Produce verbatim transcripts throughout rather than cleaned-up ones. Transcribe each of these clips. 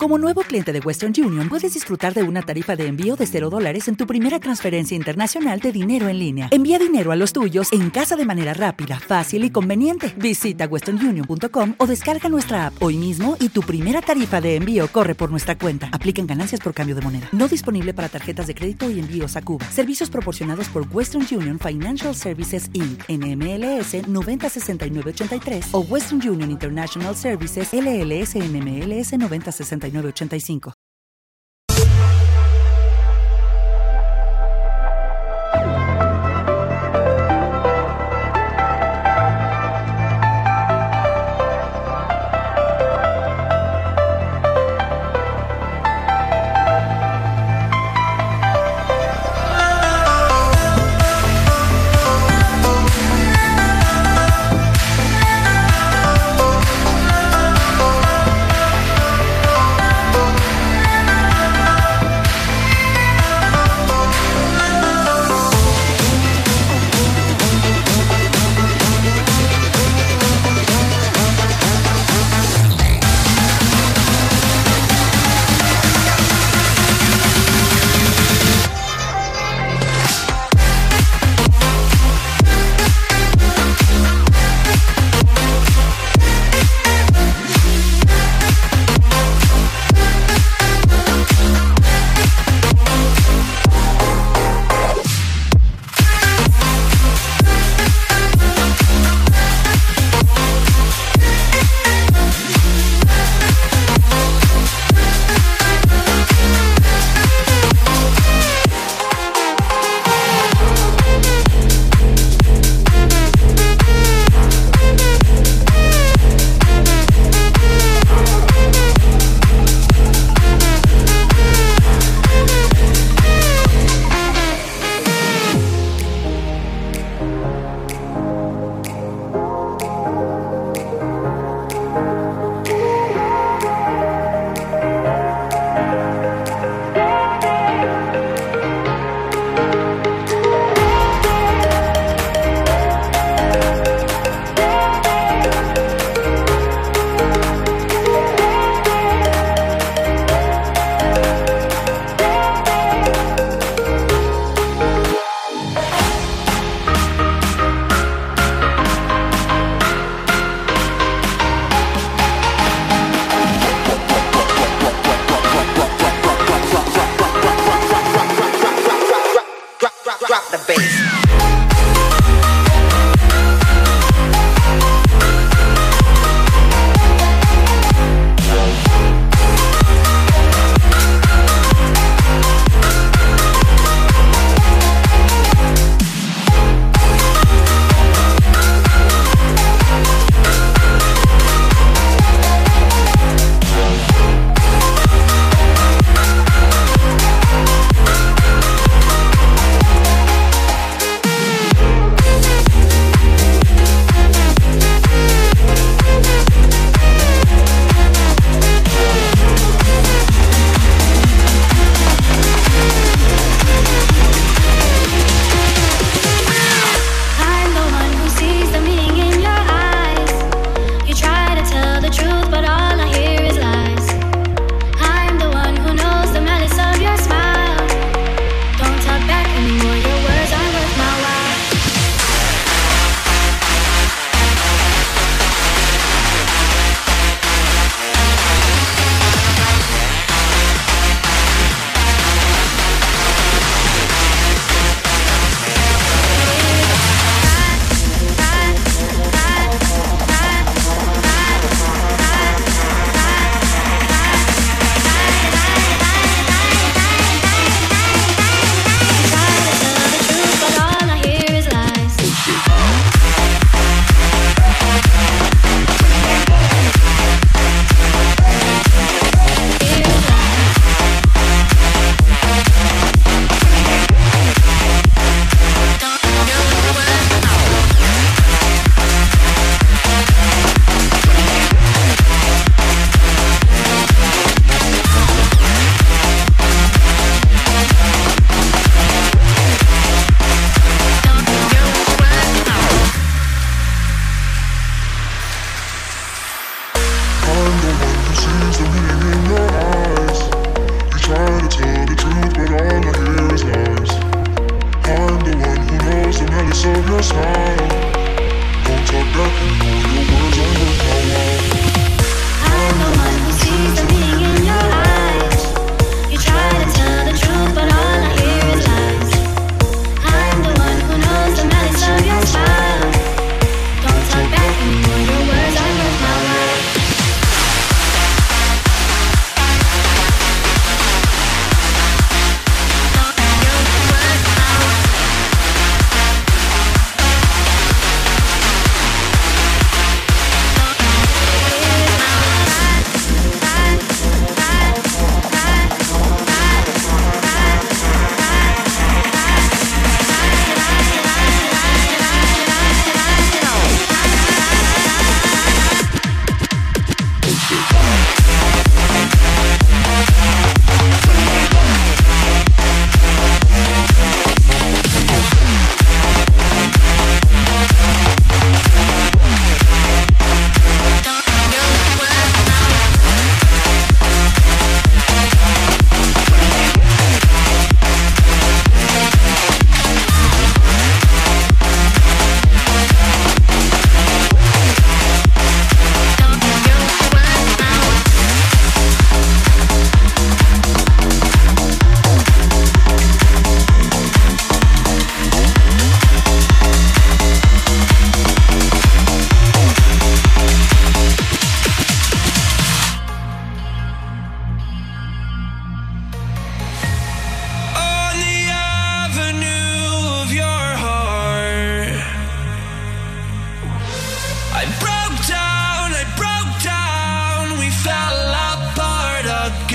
Como nuevo cliente de Western Union, puedes disfrutar de una tarifa de envío de cero dólares en tu primera transferencia internacional de dinero en línea. Envía dinero a los tuyos en casa de manera rápida, fácil y conveniente. Visita western union punto com o descarga nuestra app hoy mismo y tu primera tarifa de envío corre por nuestra cuenta. Aplican ganancias por cambio de moneda. No disponible para tarjetas de crédito y envíos a Cuba. Servicios proporcionados por Western Union Financial Services incorporated. N M L S noventa sesenta y nueve ochenta y tres o Western Union International Services L L S N M L S noventa sesenta y nueve ochenta y cinco.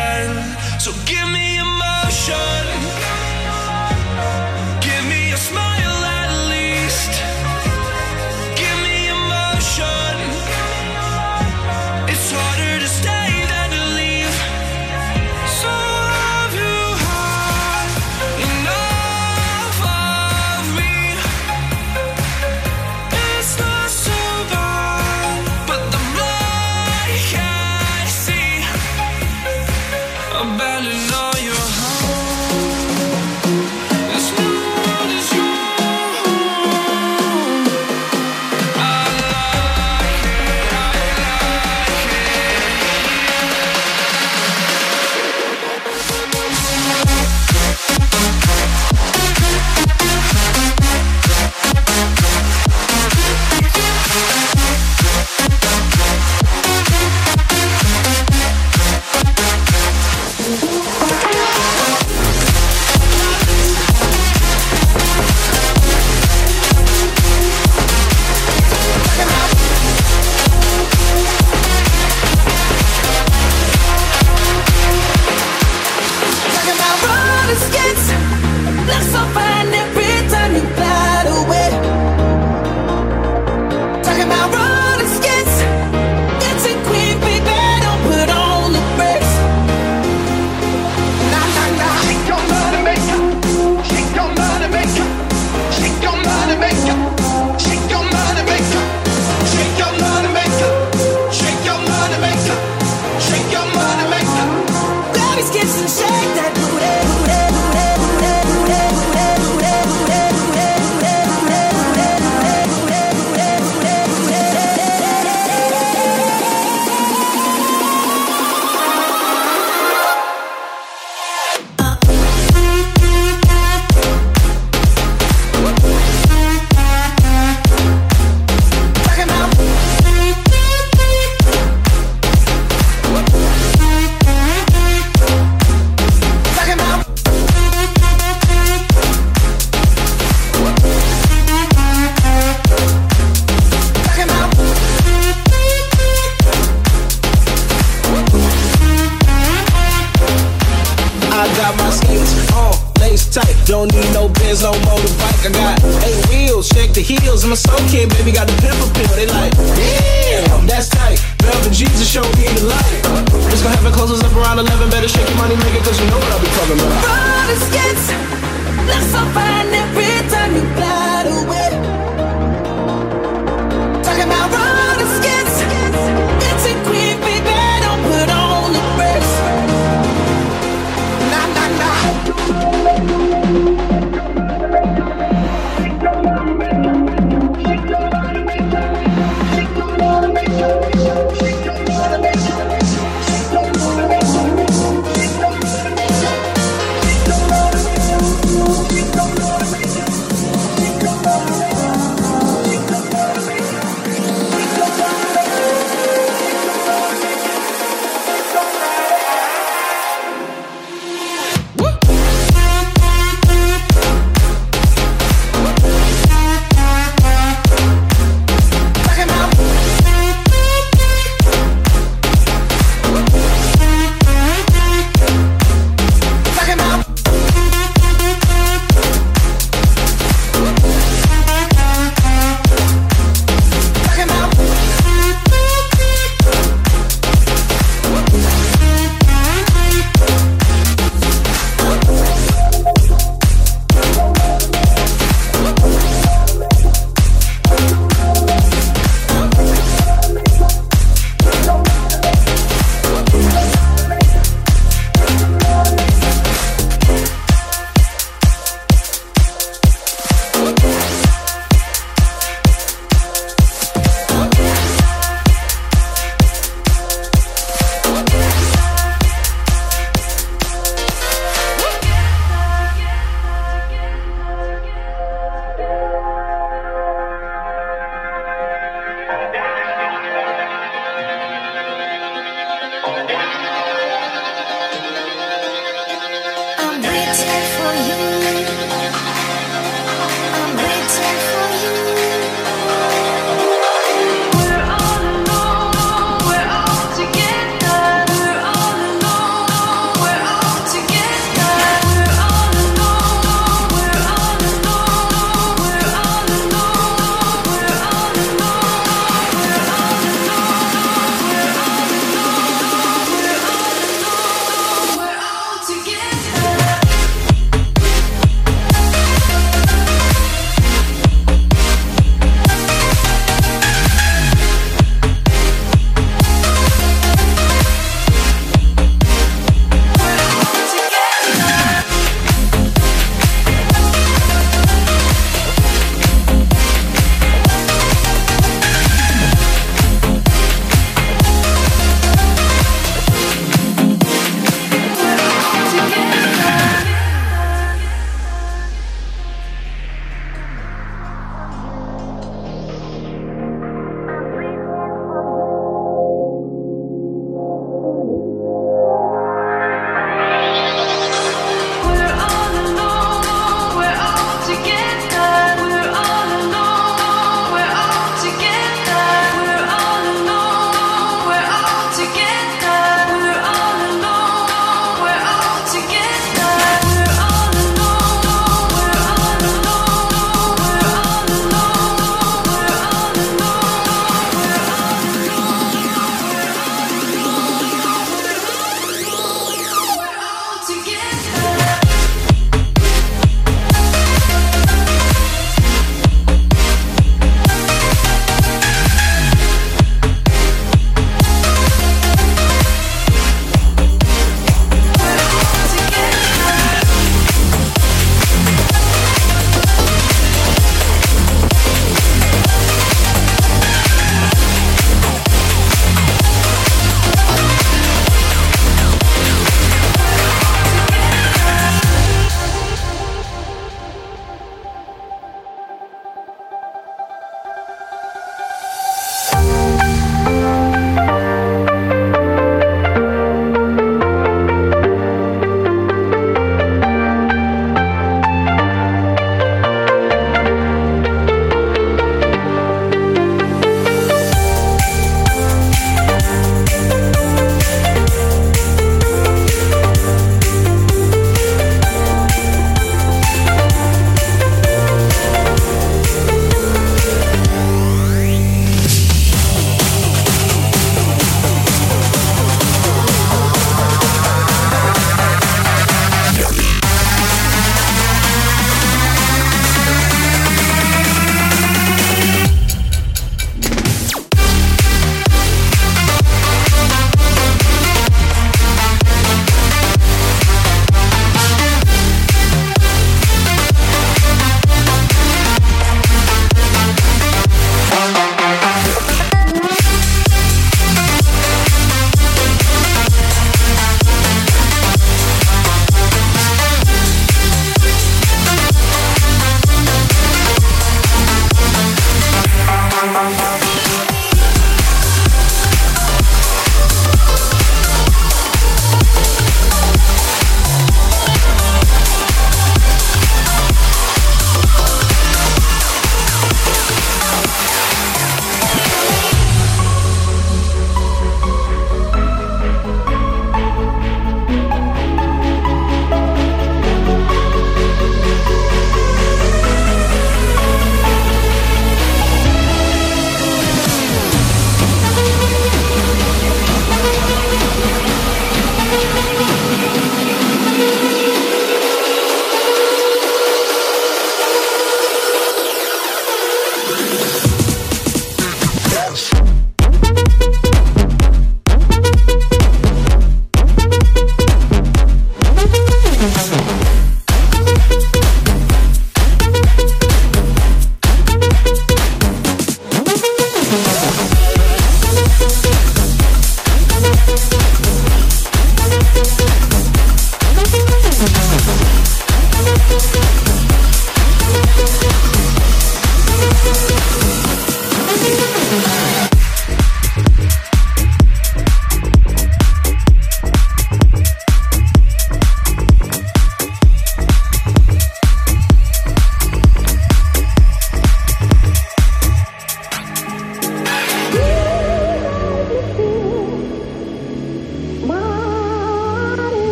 again. So give me emotion, give me a smile at least. Give me emotion. It's harder to stay than to leave. So have you had enough of me? It's not so bad, but the blood can't see. Abandon all your home. This new world is your home. I like it, I like it. Talking about roller skates, look so fine every time you glide away. Talking about roller skates, dancing queen, baby, don't put on the brakes. Nah, nah, nah. Shake your money maker, shake your money maker, shake your money maker, shake your money maker, shake your money maker, shake your money maker, shake your money maker. Grab his kids and shake that booty, booty, booty, booty, booty, booty, booty, booty, booty, booty, booty, booty, talking about talking about talking about I got my skates on, lace tight. Don't need no Benz, no motorbike. I got eight wheels, shake the heels. I'm a soul kid, baby, got the pimple pill. They like, damn, that's tight. Velvet Jesus showed me the light. Just gonna have it close us up around eleven. Better shake your money, make it, cause you know what I'll be talking about. roller skates, look so fine every time you glide away. Talking about roller skates, dancing queen, baby, don't put on the brakes. Nah, nah, nah. Talking about talking about talking about I'm waiting for you.